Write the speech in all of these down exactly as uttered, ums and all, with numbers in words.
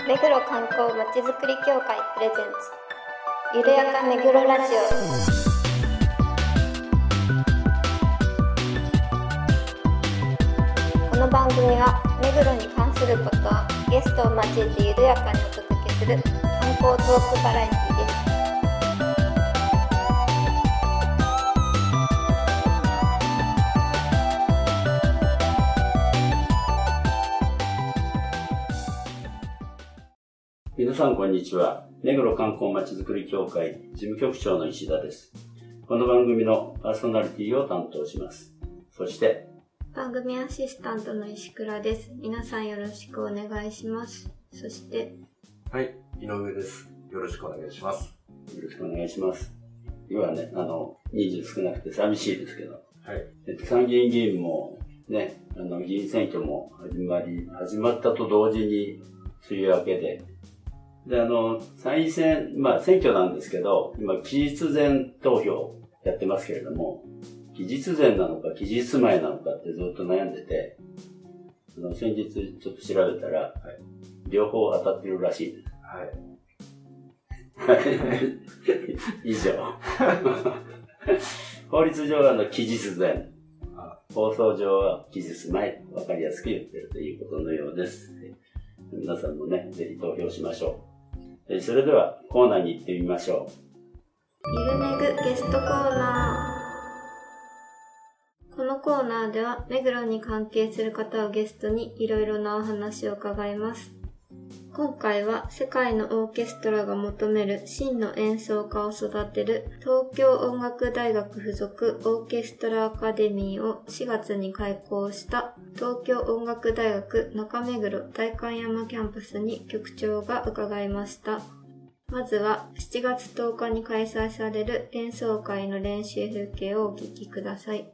目黒観光まちづくり協会プレゼンツゆるやか目黒ラジオ。この番組は目黒に関することをゲストを交えてゆるやかにお届けする観光トークバラエティです。 皆さんこんにちは。目黒観光まちづくり協会事務局長の石田です。この番組のパーソナリティを担当します。そして番組アシスタントの石倉です。皆さんよろしくお願いします。そしてはい、井上です。よろしくお願いします。 よろしくお願いします。今はね、あの人数少なくて寂しいですけど、 はい。 えっと、参議院議員もね、あの議員選挙も始まり始まったと同時に梅雨明けで。で、あの、参院選、まあ選挙なんですけど、今、期日前投票やってますけれども、期日前なのか期日前なのかってずっと悩んでて、あの先日ちょっと調べたら、はい、両方当たってるらしいです。はい。以上。法律上はあの期日前、放送上は期日前、わかりやすく言ってるということのようです。皆さんもね、ぜひ投票しましょう。それではコーナーに行ってみましょう。ゆるめぐゲストコーナー。このコーナーでは目黒に関係する方をゲストにいろいろなお話を伺います。今回は世界のオーケストラが求める真の演奏家を育てる東京音楽大学附属オーケストラアカデミーをしがつに開校した東京音楽大学中目黒代官山キャンパスに局長が伺いました。まずはしちがつとおかに開催される演奏会の練習風景をお聞きください。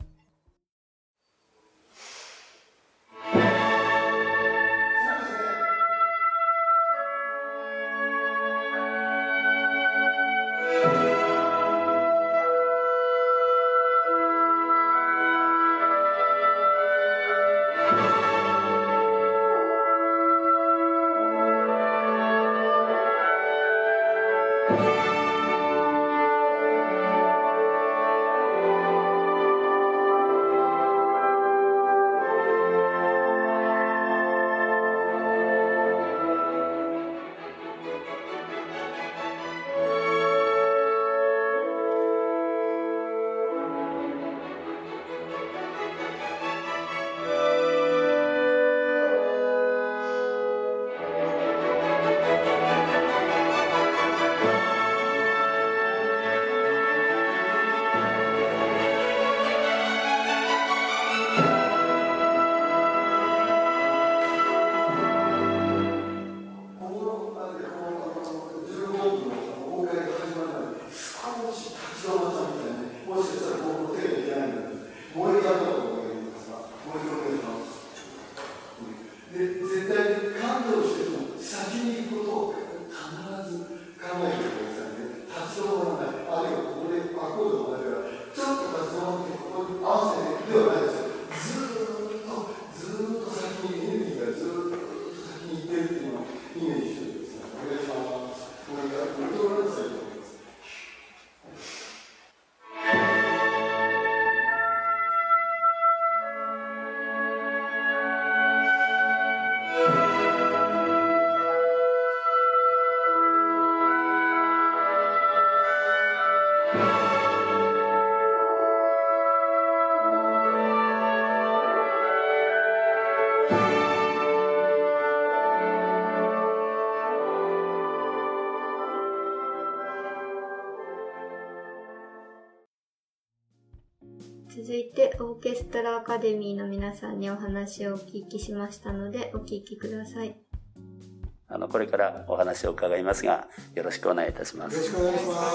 続いてオーケストラアカデミーの皆さんにお話をお聞きしましたのでお聞きください。 あのこれからお話を伺いますがよろしくお願いいたします。 よろしくお願いします。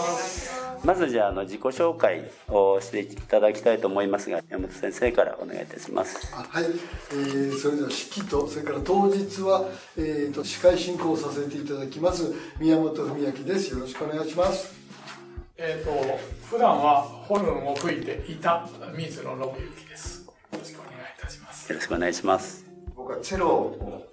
まずじゃあ、あの自己紹介をしていただきたいと思いますが山本先生からお願いいたします。 あはい、えー、それでは式とそれから当日は、えー、と司会進行させていただきます宮本文明です。よろしくお願いします。 えーと、普段はホルンを吹いていた水野信之です。よろしくお願いいたします。 よろしくお願いします。 僕はチェロを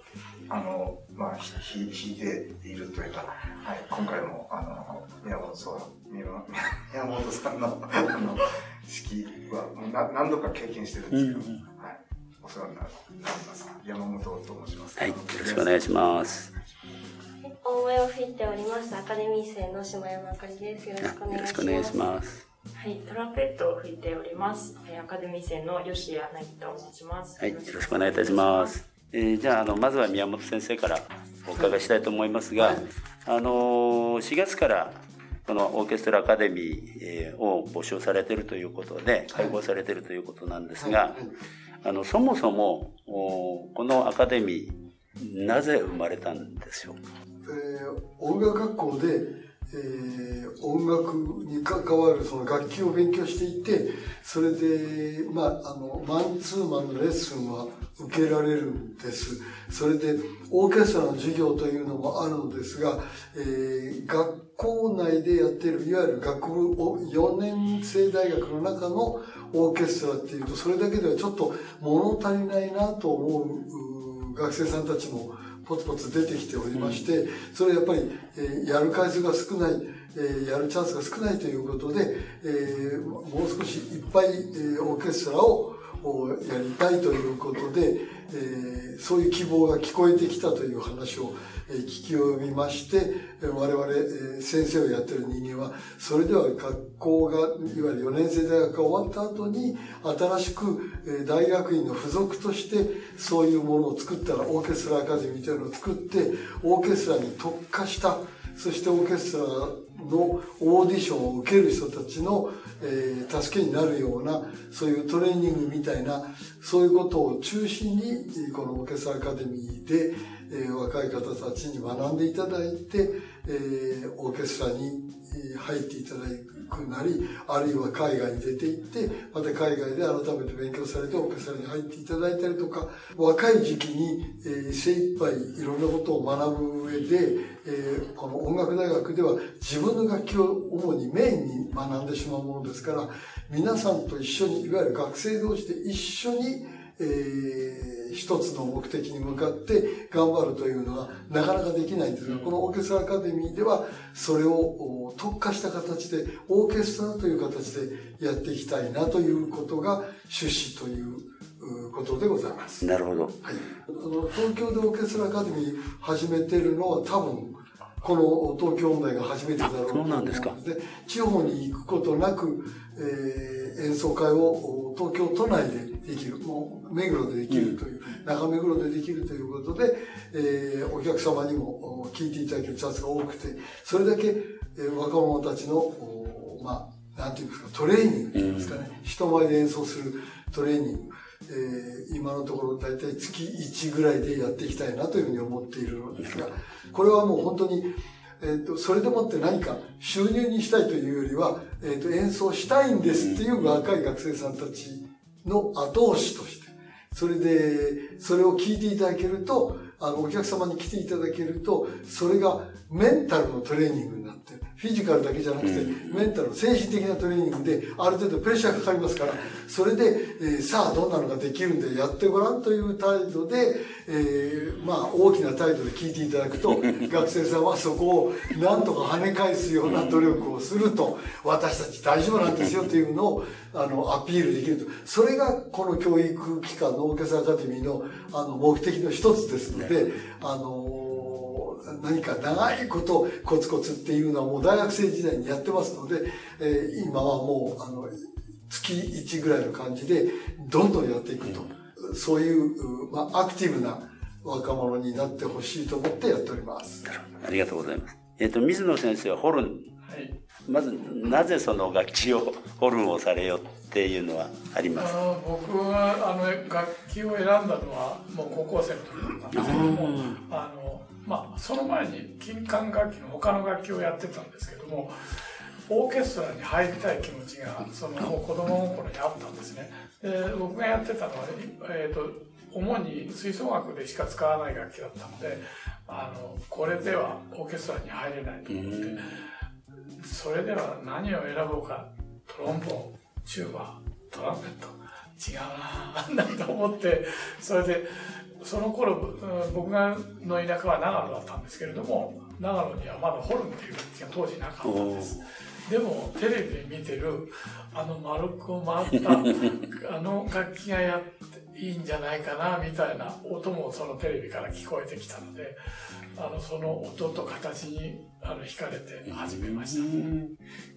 あの、まあ、ひ弾いているというか、はい、今回も、あの、宮本さん、宮宮本さんの、あの、指揮はもうな何度か経験してるんですけど、うんうん、はい、お世話になります。山本と申します。 はい、よろしくお願いします。 大声を吹いておりますアカデミー生の下山あかりです。よろしくお願いします。よろしくお願いします。 はい、トランペットを吹いております。アカデミー生の吉谷凪と申します。 はい、よろしくお願いいたします。えー、じゃあ、あのまずは宮本先生からお伺いしたいと思いますが、はい、あのしがつからこのオーケストラアカデミーを募集されているということで開講されているということなんですが、はいはい、あのそもそもこのアカデミーなぜ生まれたんでしょうか。 えー、音楽学校で、えー、音楽に関わるその楽器を勉強していて、それで、まあ、あのマンツーマンのレッスンは受けられるんです。それでオーケストラの授業というのもあるのですが、えー、学校内でやっているいわゆる学部よねん生大学の中のオーケストラっていうと、それだけではちょっと物足りないなと思う学生さんたちもポツポツ出てきておりまして、それやっぱり、えー、やる回数が少ない、えー、やるチャンスが少ないということで、えー、もう少しいっぱい、えー、オーケストラをやりたいということで、えー、そういう希望が聞こえてきたという話を、えー、聞き及びまして、我々、えー、先生をやっている人間は、それでは学校が、いわゆるよねん生大学が終わった後に、新しく、えー、大学院の付属として、そういうものを作ったら、オーケストラアカデミーというのを作って、オーケストラに特化した、そしてオーケストラのオーディションを受ける人たちの、えー、助けになるような、そういうトレーニングみたいな、そういうことを中心に、このオーケストラアカデミーで、えー、若い方たちに学んでいただいて、えー、オーケストラに入っていただくなり、あるいは海外に出て行って、また海外で改めて勉強されてオーケストラに入っていただいたりとか、若い時期に、えー、精一杯いろんなことを学ぶ上で、えー、この音楽大学では自分の楽器を主にメインに学んでしまうものですから、皆さんと一緒に、いわゆる学生同士で一緒に、えー、一つの目的に向かって頑張るというのはなかなかできないんですが、このオーケストラアカデミーではそれを特化した形でオーケストラという形でやっていきたいなということが趣旨ということでございます。 なるほど。はい。 あの東京でオーケストラアカデミー始めてるのは多分この東京音大が初めてだろうと思うので、地方に行くことなく、えー、演奏会を東京都内でできる、もう目黒でできるという、うん、中目黒でできるということで、えー、お客様にも聞いていただけるチャンスが多くて、それだけ、えー、若者たちの、まあ、なんていうんですか、トレーニングというんですかね、うん、人前で演奏するトレーニング、えー、今のところ大体月いちぐらいでやっていきたいなというふうに思っているのですが、これはもう本当に、えーと、それでもって何か収入にしたいというよりは、えーと、演奏したいんですっていう若い学生さんたちの後押しとして、それで、それを聞いていただけると、あの、お客様に来ていただけると、それがメンタルのトレーニングになって、フィジカルだけじゃなくて、メンタル、精神的なトレーニングで、ある程度プレッシャーかかりますから、それで、えー、さあ、どんなのができるんでやってごらんという態度で、えー、まあ、大きな態度で聞いていただくと、学生さんはそこをなんとか跳ね返すような努力をすると、私たち大丈夫なんですよというのを、あの、アピールできると。それが、この教育機関のオーケストラアカデミーの、あの、目的の一つですので、あの、何か長いことコツコツっていうのはもう大学生時代にやってますので、えー、今はもう、あの、月いちぐらいの感じで、どんどんやっていくと。そういう、まあ、アクティブな若者になってほしいと思ってやっております。 ありがとうございます。えっと、水野先生はホルン。はい。まず、なぜその楽器を、ホルンをされよっていうのはありますか？ あの僕は、あの、楽器を選んだのは、もう高校生の時なんですけども、あの、まあ、その前に金管楽器の他の楽器をやってたんですけども、オーケストラに入りたい気持ちが、その、もう子供の頃にあったんですね。で、僕がやってたのは、えっと、主に吹奏楽でしか使わない楽器だったので、あの、これではオーケストラに入れないと思って、それでは何を選ぼうか、トロンボーン、チューバ、トランペット、違うななんだと思って、それでその頃、うん、僕がの田舎は長野だったんですけれども、長野にはまだホルンっていう楽器が当時なかったんです。でもテレビで見てるあの丸く回ったあの楽器がやっていいんじゃないかなみたいな音もそのテレビから聞こえてきたので、あのその音と形にあの惹かれて始めました。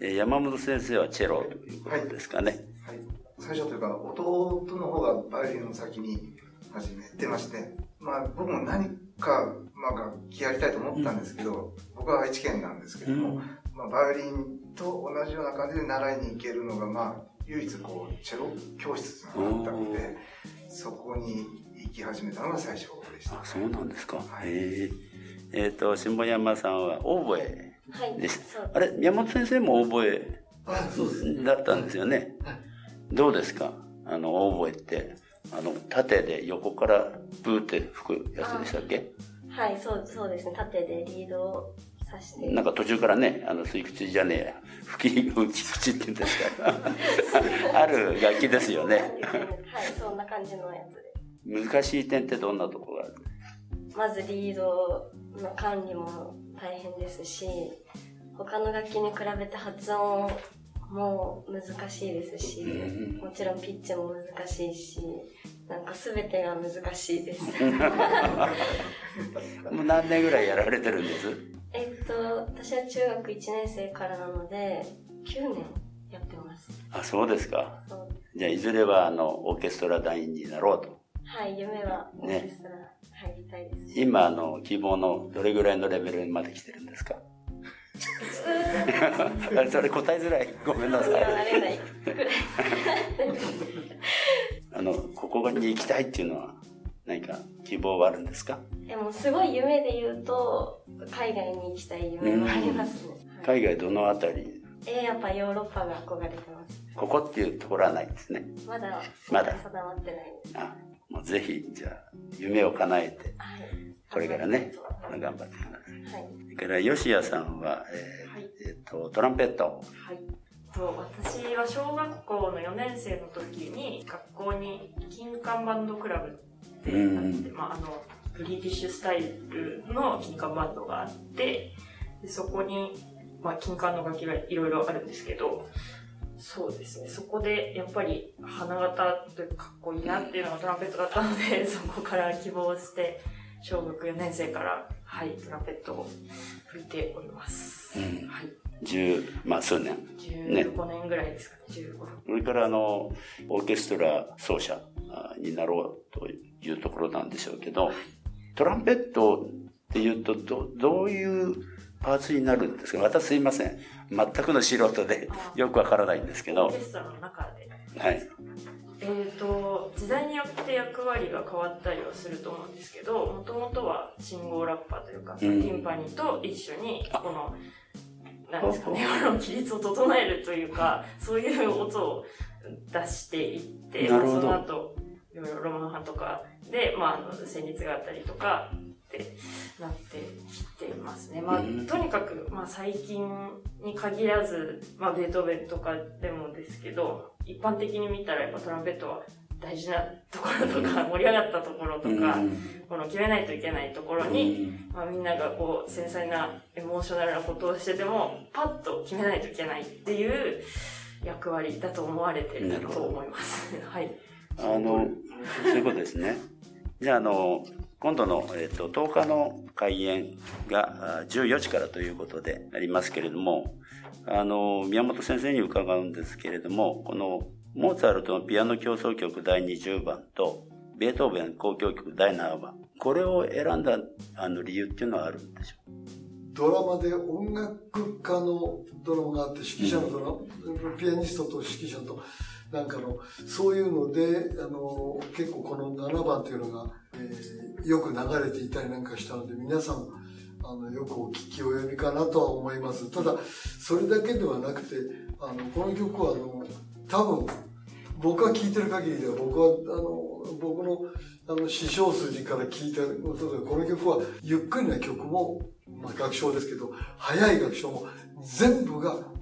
山本先生はチェロということですかね。 はい、はい、最初というか弟の方がバイオリンの先に始めてまして、まあ僕も何か、まあ、楽器やりたいと思ったんですけど、うん、僕は愛知県なんですけども、うん、まあ、バイオリンと同じような感じで習いに行けるのが、まあ唯一こうチェロ教室があったので、そこに行き始めたのが最初でした。 あ、そうなんですか。はい、へえ。えっと下山さんはオーボエです。はい、あれ宮本先生もオーボエだったんですよね。どうですか、あのオーボエって。あの縦で横からブーって吹くやつでしたっけ？ はい、そうそうですね。縦でリードを刺して。 なんか途中からね、あの吸い口じゃねえや、吹き吹き口って言うんですか。ある楽器ですよね。はい、 そんな感じのやつです。難しい点ってどんなところがある？ まずリードの管理も大変ですし、他の楽器に比べて発音もう難しいですし、うん、もちろんピッチも難しいし、なんか全てが難しいです。 もう何年ぐらいやられてるんです？ えっと私は中学いちねん生からなのできゅうねんやってます。 あ、そうですか。そうです。じゃあいずれはあのオーケストラ団員になろうと。 はい、夢はオーケストラ入りたいです。 ね、今あの希望のどれぐらいのレベルまで来てるんですか？それ答えづらい。ごめんなさい。あのここに行きたいっていうのは何か希望はあるんですか？ でもすごい夢で言うと海外に行きたい夢もありますね。 うん、海外どのあたり？ えー、やっぱヨーロッパが憧れてます。 ここっていうところはないですね。 まだまだ定まってないです。 あ、もうぜひじゃあ夢を叶えて、はい、これからね頑張ってください。はい。それから吉谷さんは、えーはい、えー、とトランペット。はい。 と私は小学校のよねん生の時に学校に金管バンドクラブってあって、まあ、あのブリティッシュスタイルの金管バンドがあって、でそこに、まあ、金管の楽器がいろいろあるんですけど、そうですね、そこでやっぱり花形というかかっこいいなっていうのがトランペットだったので、そこから希望して小学よねん生から、はい、トランペットを吹いております。うん、はい。 十、まあ数年。 じゅうごねんぐらいですかね、じゅうごねん。 それからあの、オーケストラ奏者になろうというところなんでしょうけど、トランペットっていうと、ど、どういうパーツになるんですか？私すいません。全くの素人でよくわからないんですけど。 オーケストラの中で。 はい。 えーと、時代によって役割が変わったりはすると思うんですけど、もともとは信号ラッパーというか、ティンパニーと一緒に、この、なんですかね、この規律を整えるというか、そういう音を出していって、その後、ロマン派とかで、まあ、あの、旋律があったりとか、ってなってきていますね。まあ、とにかく、まあ、最近に限らず、まあ、ベートーベンとかでもですけど、一般的に見たらやっぱトランペットは大事なところとか、盛り上がったところとか、この決めないといけないところに、まあ、みんながこう、繊細なエモーショナルなことをしてても、パッと決めないといけないっていう役割だと思われてると思います。はい。 あの、そういうことですね。じゃあ、あの、今度の、えっと、とおかの開演がじゅうよじからということでありますけれども、あの、宮本先生に伺うんですけれども、このモーツァルトのピアノ協奏曲だいにじゅうばんと、ベートーベン交響曲だいななばん、これを選んだあの理由っていうのはあるんでしょう？ ドラマで音楽家のドラマがあって、指揮者のドラマ、うん、ピアニストと指揮者と、なんかの、そういうので、あの、結構このななばんというのが、えー、よく流れていたりなんかしたので、皆さん、あの、よくお聞き及びかなとは思います。ただ、それだけではなくて、あの、この曲は、あの、多分、僕が聴いてる限りでは、僕は、あの、僕の、あの、師匠筋から聞いたことで、この曲は、ゆっくりな曲も、まあ、楽章ですけど、速い楽章も、全部が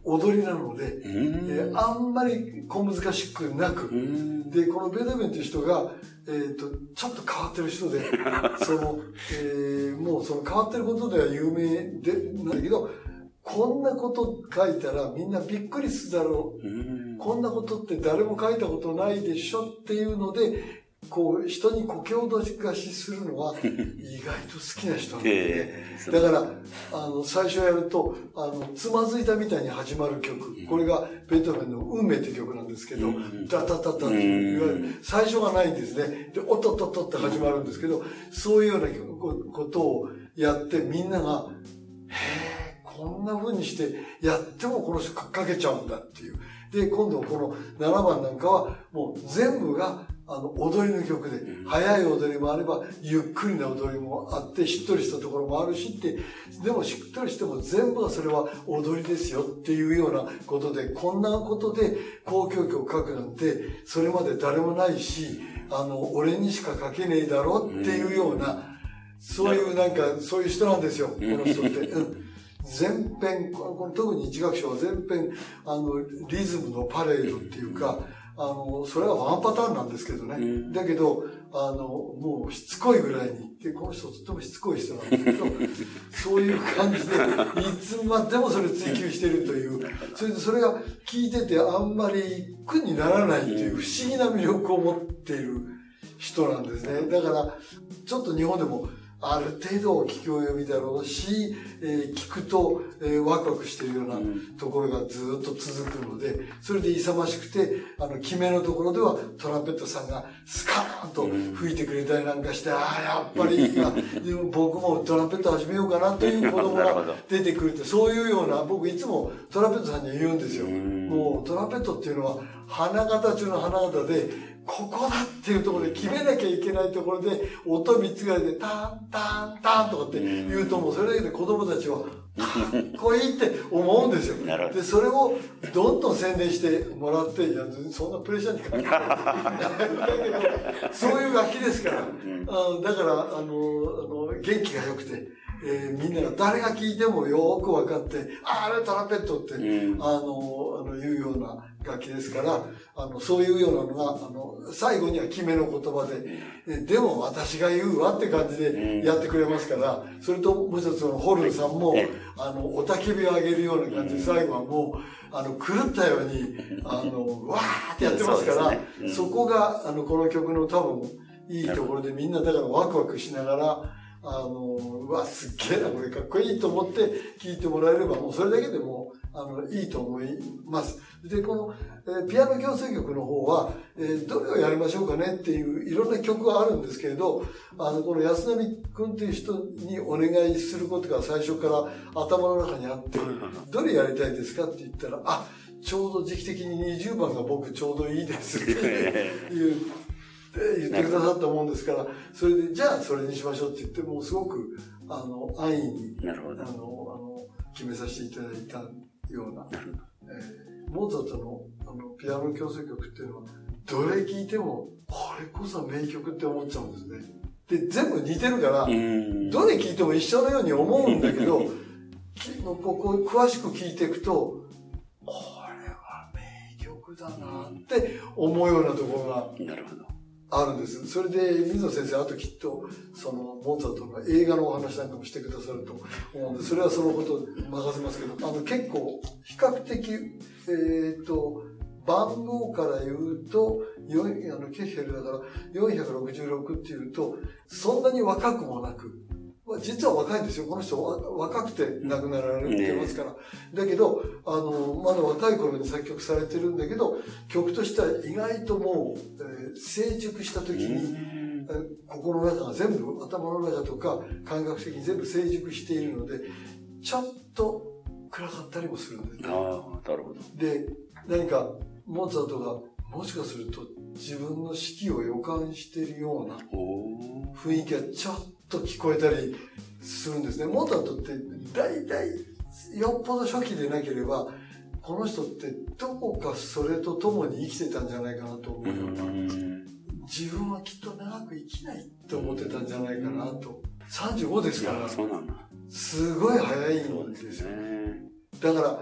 踊りなので、えー、あんまり小難しくなく、で、このベートーベンという人が、えっと、ちょっと変わってる人で、その、えー、もうその変わってることでは有名で、なんだけど、こんなこと書いたらみんなびっくりするだろう。こんなことって誰も書いたことないでしょっていうので、こう、人にこけおどしするのは意外と好きな人なんですね。だから、あの、最初やると、あの、つまずいたみたいに始まる曲。これがベートーベンの運命って曲なんですけど、ダタタタっていわゆる最初がないんですね。で、おっとっとっとって始まるんですけど、そういうようなことをやってみんなが、へー、こんな風にしてやってもこの人かけちゃうんだっていう。で、今度このななばんなんかはもう全部があの踊りの曲で、速い踊りもあればゆっくりな踊りもあって、しっとりしたところもあるしって、でもしっとりしても全部がそれは踊りですよっていうようなことで、こんなことで交響曲を書くなんてそれまで誰もないし、あの俺にしか書けねえだろっていうような、そういうなんかそういう人なんですよ、この人って。うん全編、この特に一楽章は全編、あの、リズムのパレードっていうか、あの、それはワンパターンなんですけどね。うん、だけど、あの、もうしつこいぐらいに、で、この人とてもしつこい人なんですけど、そういう感じで、いつまでもそれを追求しているという、それでそれが聞いててあんまり苦にならないという不思議な魅力を持っている人なんですね。だから、ちょっと日本でも、ある程度聞き及びだろうし、えー、聞くと、えー、ワクワクしているようなところがずっと続くので、それで勇ましくて、あの、決めのところではトランペットさんがスカーンと吹いてくれたりなんかして、ああ、やっぱり、でも僕もトランペット始めようかなという子供が出てくるって、そういうような、僕いつもトランペットさんには言うんですよ。もうトランペットっていうのは、花形中の花形で、ここだっていうところで決めなきゃいけないところで、音みっつぐらいで、タン、タン、タンとかって言うと、もうそれだけで子供たちは、かっこいいって思うんですよ。で、それをどんどん宣伝してもらって、いや、そんなプレッシャーにかけない。だけど、そういう楽器ですから。あだから、あの、あの元気が良くて、えー、みんなが誰が聞いてもよく分かって、あ、あれトランペットって、うん、あの、あの、いうような楽器ですから、あの、そういうようなのが、あの、最後には決めの言葉で、うん、でも私が言うわって感じでやってくれますから、うん、それともう一つのホルンさんも、あの、おたけびを上げるような感じで、最後はもう、あの、狂ったように、あの、わーってやってますから、そ, ねうん、そこが、あの、この曲の多分、いいところでみんなだからワクワクしながら、あの、うわ、すっげえな、これかっこいいと思って聴いてもらえれば、もうそれだけでも、あの、いいと思います。で、この、えー、ピアノ協奏曲の方は、えー、どれをやりましょうかねっていう、いろんな曲があるんですけれど、あの、この安波くんという人にお願いすることが最初から頭の中にあって、どれやりたいですかって言ったら、あ、ちょうど時期的ににじゅうばんが僕ちょうどいいですっていう、言ってくださったもんですから、それで、じゃあそれにしましょうって言って、もうすごく、あの、安易に、あの、あの、決めさせていただいたような、えー、モーツァルトの、あの、ピアノ協奏曲っていうのは、どれ聴いても、これこそ名曲って思っちゃうんですね。で、全部似てるから、どれ聴いても一緒のように思うんだけど、ここ詳しく聴いていくと、これは名曲だなって思うようなところが、なるほど。あるんです。それで、水野先生、あときっと、その、モーツァルトの映画のお話なんかもしてくださると思うんで、それはそのこと任せますけど、あの、結構、比較的、えっと、番号から言うと、よんあの、ケッヘルだから、よんひゃくろくじゅうろくっていうと、そんなに若くもなく、実は若いんですよ。この人若くて亡くなられてますから。だけど、あの、まだ若い頃に作曲されてるんだけど、曲としては意外ともう、えー、成熟した時に、えー、心の中が全部、頭の中とか感覚的に全部成熟しているので、ちょっと暗かったりもするんですね。ああ、なるほど。で、何か、モーツァルトが、もしかすると自分の死期を予感しているような雰囲気がちょっと聞こえたりするんですね。モーツァルトって大体よっぽど初期でなければ、この人ってどこかそれと共に生きてたんじゃないかなと思うような、自分はきっと長く生きないと思ってたんじゃないかなと。さんじゅうごですから、すごい早いんですよ。だから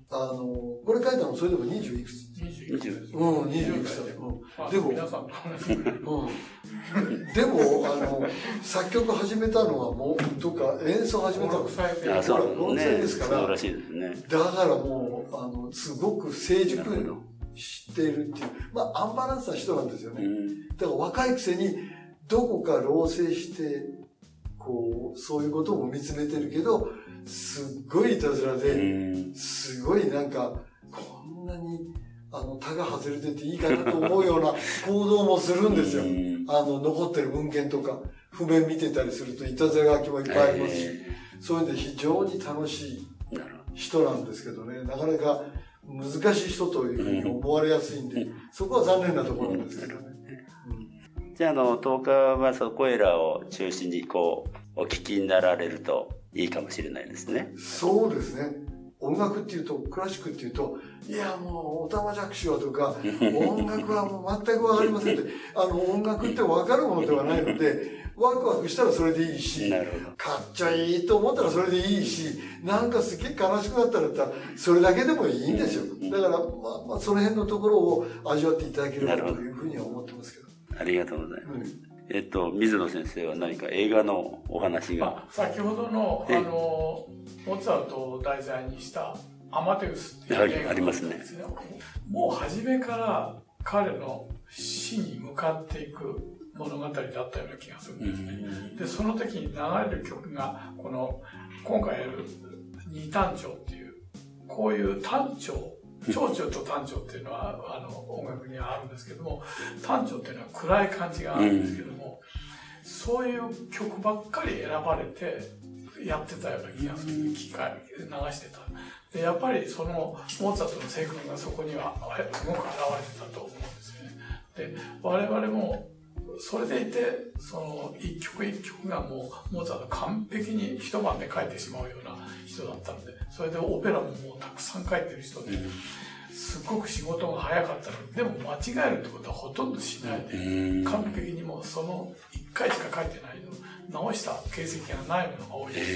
あの、これ書いたのそれでもにじゅういくつ。 にじゅういくつです。 うん、にじゅういくつだ。うん。でも、 皆さんの話。うん。 でも、あの、作曲始めたのはもう、とか、演奏始めたのは、 あ、そうですね。ですから、 そうらしいですね。 だからもう、あの、すごく成熟しているっていう、まあ、アンバランスな人なんですよね。うん、だから若いくせに、どこか老成して、こう、そういうことも見つめてるけど、すっごいいたずらで、うん、すごいなんか、こんなに、あの、他が外れてていいかなと思うような行動もするんですよ。あの、残ってる文献とか、譜面見てたりすると、いたずら書きもいっぱいありますし、そういうので非常に楽しい人なんですけどね、なかなか難しい人というふうに思われやすいんで、そこは残念なところなんですけどね。 うん、じゃあ、あの、とおかはそこいらを中心に、こう、お聞きになられるといいかもしれないですね。 そうですね。音楽っていうと、クラシックっていうと、いやもう、オタマジャクシはとか、音楽はもう全くわかりませんって、あの、音楽ってわかるものではないので、ワクワクしたらそれでいいし、かっちょいいと思ったらそれでいいし、なんかすげえ悲しくなったら、それだけでもいいんですよ。だから、まあ、まあ、その辺のところを味わっていただければというふうには思ってますけど。 ありがとうございます。うんえっと、水野先生は何か映画のお話が、 あ、先ほどのあのモーツァルトを題材にしたアマテウスっていう映画が、ね、 ありますね。 もう初めから彼の死に向かっていく物語だったような気がするんですね。うん、でその時に流れる曲がこの今回やる二単調っていうこういう単調長調と短調っていうのはあの音楽にはあるんですけども、短調っていうのは暗い感じがあるんですけども、うん、そういう曲ばっかり選ばれてやってたような気がする。機械流してた。でやっぱりそのモーツァルトの性格がそこにはすごく現れてたと思うんですよね。で我々もそれでいてその一曲一曲がもうモーツァルト完璧に一晩で書いてしまうような人だったので、それでオペラももうたくさん書いてる人で、すごく仕事が早かったので、でも間違えるってことはほとんどしないで、完璧にもうその一回しか書いてないの、直した形跡がないものが多いです。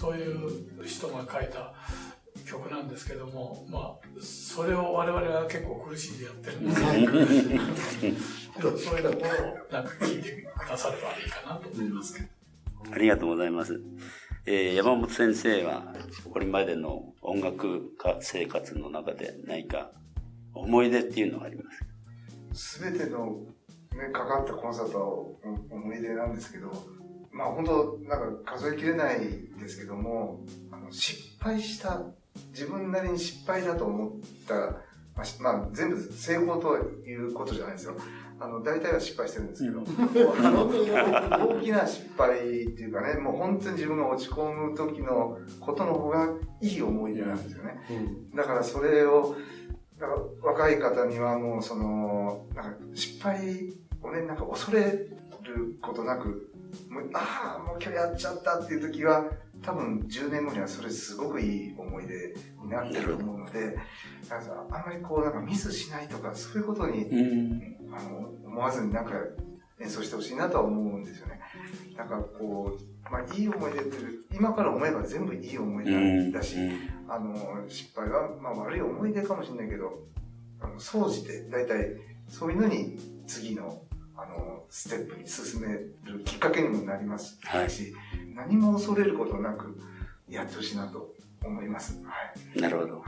そういう人が書いた曲なんですけども、まあそれを我々は結構苦しんでやってるんですけど、そういうところをなんか聞いてくださればいいかなと思いますけど。 ありがとうございます。えー、山本先生はこれまでの音楽家生活の中で何か思い出っていうのがありますか？すべての、ね、かかったコンサートは思い出なんですけど、まあ本当なんか数えきれないですけども、あの失敗した自分なりに失敗だと思った、まあ、まあ、全部成功ということじゃないですよ。あの大体は失敗してるんですけど、うん、あの大きな失敗っていうかね、もう本当に自分が落ち込む時のことの方がいい思い出なんですよね。うん、だからそれをだから若い方にはもうそのなんか失敗をねなんか恐れることなく、もうああもう今日やっちゃったっていう時は多分じゅうねんごにはそれすごくいい思い出になってると思うので、だからあんまりこうなんかミスしないとかそういうことに、うん、あの思わずになんか演奏してほしいなとは思うんですよね。なんかこう、まあいい思い出って今から思えば全部いい思い出だし、うん、あの失敗はまあ悪い思い出かもしれないけど、あの総じて大体そういうのに次のあのステップに進めるきっかけにもなりますし、はい、何も恐れることなくやってほしいなと思います。はい、 なるほど。はい、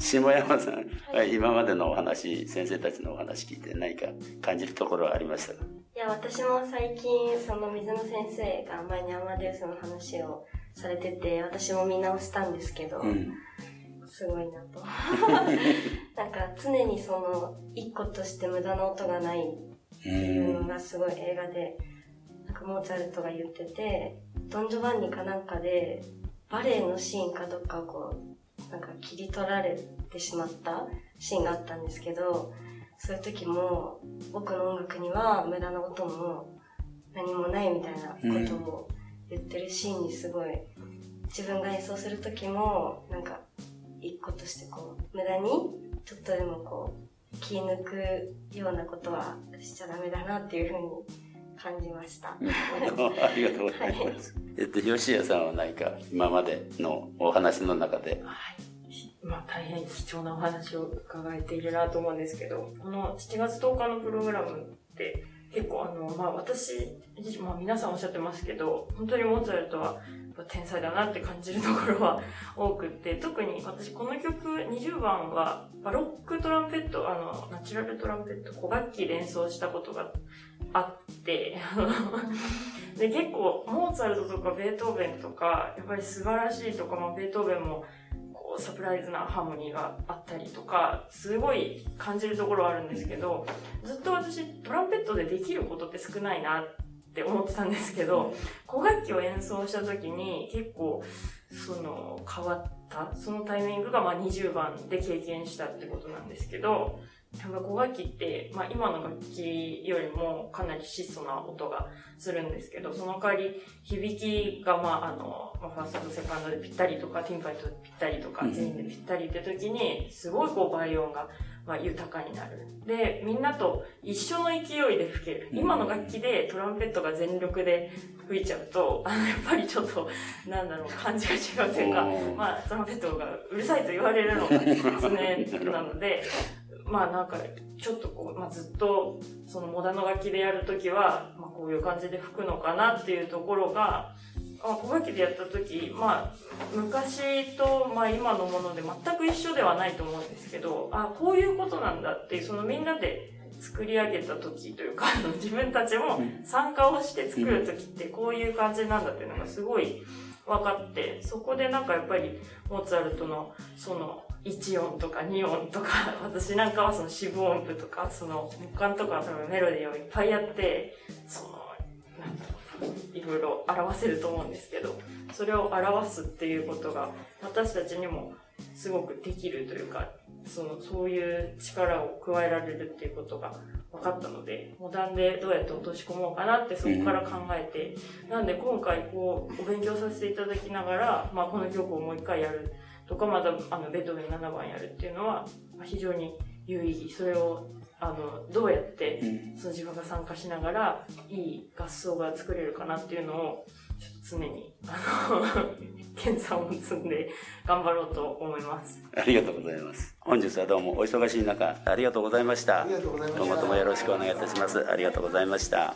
下山さん、はい、今までのお話、先生たちのお話聞いて何か感じるところはありましたか？ いや、私も最近その水野先生が前にアマデウスの話をされてて、私も見直したんですけど、うん、すごいなと。なんか常にその一個として無駄な音がないっていうのがすごい映画で、なんかモーツァルトが言ってて、ドン・ジョバンニかなんかでバレエのシーンかどっかをこうなんか切り取られてしまったシーンがあったんですけど、そういう時も僕の音楽には無駄な音も何もないみたいなことを言ってるシーンにすごい自分が演奏する時もなんか一個としてこう無駄にちょっとでもこう気抜くようなことはしちゃダメだなっていうふうに感じました。ありがとうございます。はい、えっと吉谷さんは何か今までのお話の中で、 はい、 まあ大変貴重なお話を伺えているなと思うんですけど、このしちがつとおかのプログラムって結構あの、まあ私、まあ皆さんおっしゃってますけど、本当にモーツァルトは天才だなって感じるところは多くって、特に私この曲にじゅうばんはバロックトランペット、あの、ナチュラルトランペット、古楽器で演奏したことがあって、で結構モーツァルトとかベートーベンとか、やっぱり素晴らしいとか、まあベートーベンもこうサプライズなハーモニーがあったりとか、すごい感じるところはあるんですけど、ずっと私トランペットでできることって少ないなって思ってたんですけど、古楽器を演奏した時に結構その変わったそのタイミングがまあにじゅうばんで経験したってことなんですけど、多分古楽器って、まあ、今の楽器よりもかなり質素な音がするんですけど、その代わり響きが、まあ、あの、まあ、ファーストとセカンドでぴったりとか、ティンパニとぴったりとか、全員でぴったりって時に、すごいこう倍音が、まあ、豊かになる。で、みんなと一緒の勢いで吹ける。今の楽器でトランペットが全力で吹いちゃうと、あの、やっぱりちょっと、なんだろう、感じが違うというか、まあ、トランペットがうるさいと言われるのが常なので、まあなんか、ちょっとこう、まあずっと、そのモダンの楽器でやるときは、まあこういう感じで吹くのかなっていうところが、まあ古楽器でやったとき、まあ昔とまあ今のもので全く一緒ではないと思うんですけど、あ、こういうことなんだっていう、そのみんなで作り上げたときというか、自分たちも参加をして作るときってこういう感じなんだっていうのがすごい分かって、そこでなんかやっぱりモーツァルトのその、いちおんとかにおんとか、私なんかはその四分音符とか、その木管とか多分メロディーをいっぱいやって、その、なんだろう、いろいろ表せると思うんですけど、それを表すっていうことが私たちにもすごくできるというか、その、そういう力を加えられるっていうことが分かったので、モダンでどうやって落とし込もうかなってそこから考えて、なんで今回こう、お勉強させていただきながら、まあこの曲をもう一回やる。とか、また、あの、ベートーベンななばんやるっていうのは、非常に有意義。それを、あの、どうやって、その自分が参加しながら、いい合奏が作れるかなっていうのを、ちょっと常に、あの、研鑽を積んで頑張ろうと思います。 ありがとうございます。本日はどうもお忙しい中、ありがとうございました。 ありがとうございました。 今後ともよろしくお願いいたします。ありがとうございました。はい。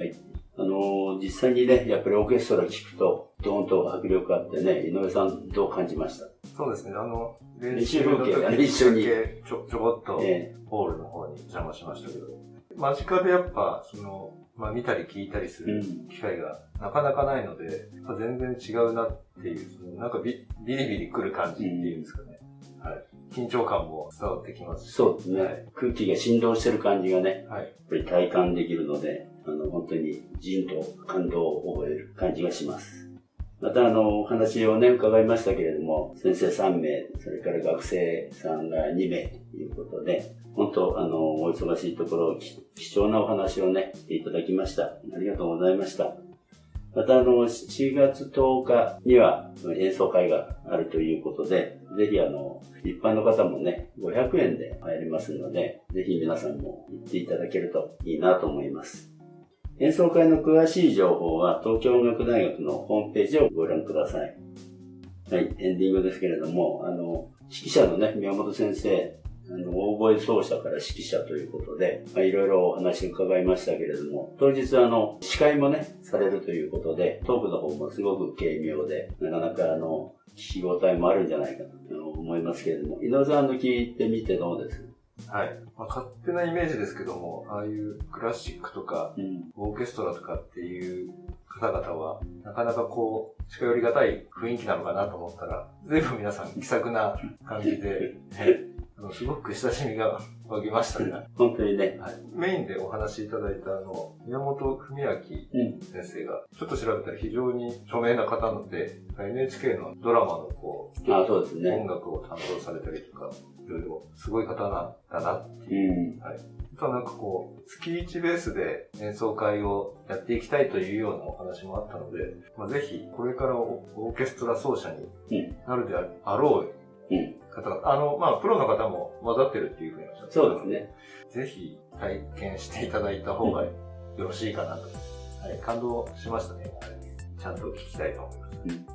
あのー、実際にね、やっぱりオーケストラ聴くと、ドーンと迫力あってね、井上さんどう感じました？ そうですね、あの、練習風景がね、一緒に。 ちょ、ちょこっと、ホールの方に邪魔しましたけど、間近でやっぱ、その、まあ見たり聞いたりする機会がなかなかないので、うん、全然違うなっていう、そのなんかビビリビリ来る感じっていうんですかね。うん、はい。緊張感も伝わってきますし。 そうですね。はい、空気が振動してる感じがね、はい、やっぱり体感できるので、あの、本当にじんと感動を覚える感じがします。またあの、お話をね、伺いましたけれども、先生さんめい、それから学生さんがにめいということで、本当、あの、お忙しいところ、貴重なお話をね、していただきました。ありがとうございました。またあの、しちがつとおかには演奏会があるということで、ぜひあの、一般の方もね、ごひゃくえんで入りますので、ぜひ皆さんも行っていただけるといいなと思います。演奏会の詳しい情報は東京音楽大学のホームページをご覧ください。はい、エンディングですけれども、あの、指揮者のね、宮本先生、あの、オーボエ奏者から指揮者ということで、まあ、いろいろお話伺いましたけれども、当日あの、司会もね、されるということで、トークの方もすごく軽妙で、なかなかあの、聞き応えもあるんじゃないかと思いますけれども、井上さんの聞いてみてどうですか？ はい。まあ、勝手なイメージですけども、ああいうクラシックとか、うん、オーケストラとかっていう方々は、なかなかこう、近寄りがたい雰囲気なのかなと思ったら、随分皆さん気さくな感じで、すごく親しみが湧きましたね。 本当にね、 はい。メインでお話しいただいたあの、宮本文明先生が、ちょっと調べたら非常に著名な方なので、エヌエイチケー のドラマのこう、 あ、そうですね、 音楽を担当されたりとか、いろいろすごい方なんだなっていう。うん、はい。あとはなんかこう、月いちベースで演奏会をやっていきたいというようなお話もあったので、まあ、ぜひこれからオーケストラ奏者になるであろう、うん方々、あの、まあ、プロの方も混ざってるっていうふうにおっしゃってたので、そうですね。ぜひ体験していただいた方がよろしいかなと。はい、感動しましたね。ちゃんと聞きたいと思います。うん、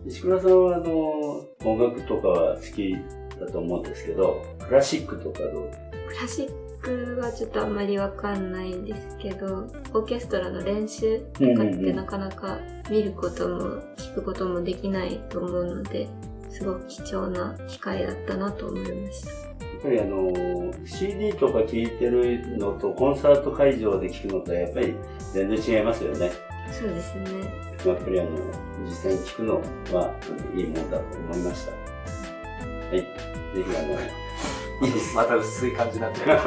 石倉さんはあの音楽とかは好きだと思うんですけど、クラシックとかどう？ クラシックはちょっとあんまりわかんないんですけど、オーケストラの練習とかってなかなか見ることも聞くこともできないと思うので、すごく貴重な機会だったなと思いました。 やっぱりあの シーディー とか聴いてるのとコンサート会場で聴くのとやっぱり全然違いますよね。 そうですね。 やっぱりあの実際に聴くのはいいもんだと思いました。はい、ぜひあのいいです。また薄い感じになってる。ぜ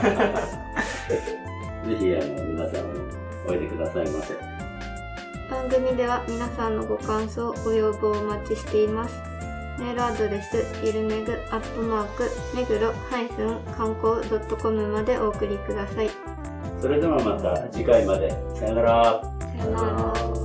ひあの皆さんおいでくださいませ。 番組では皆さんのご感想、ご要望をお待ちしています。メールアドレス、ゆるめぐアットマーク、めぐろ観光 .com までお送りください。 それではまた次回まで。さよなら。 さよなら。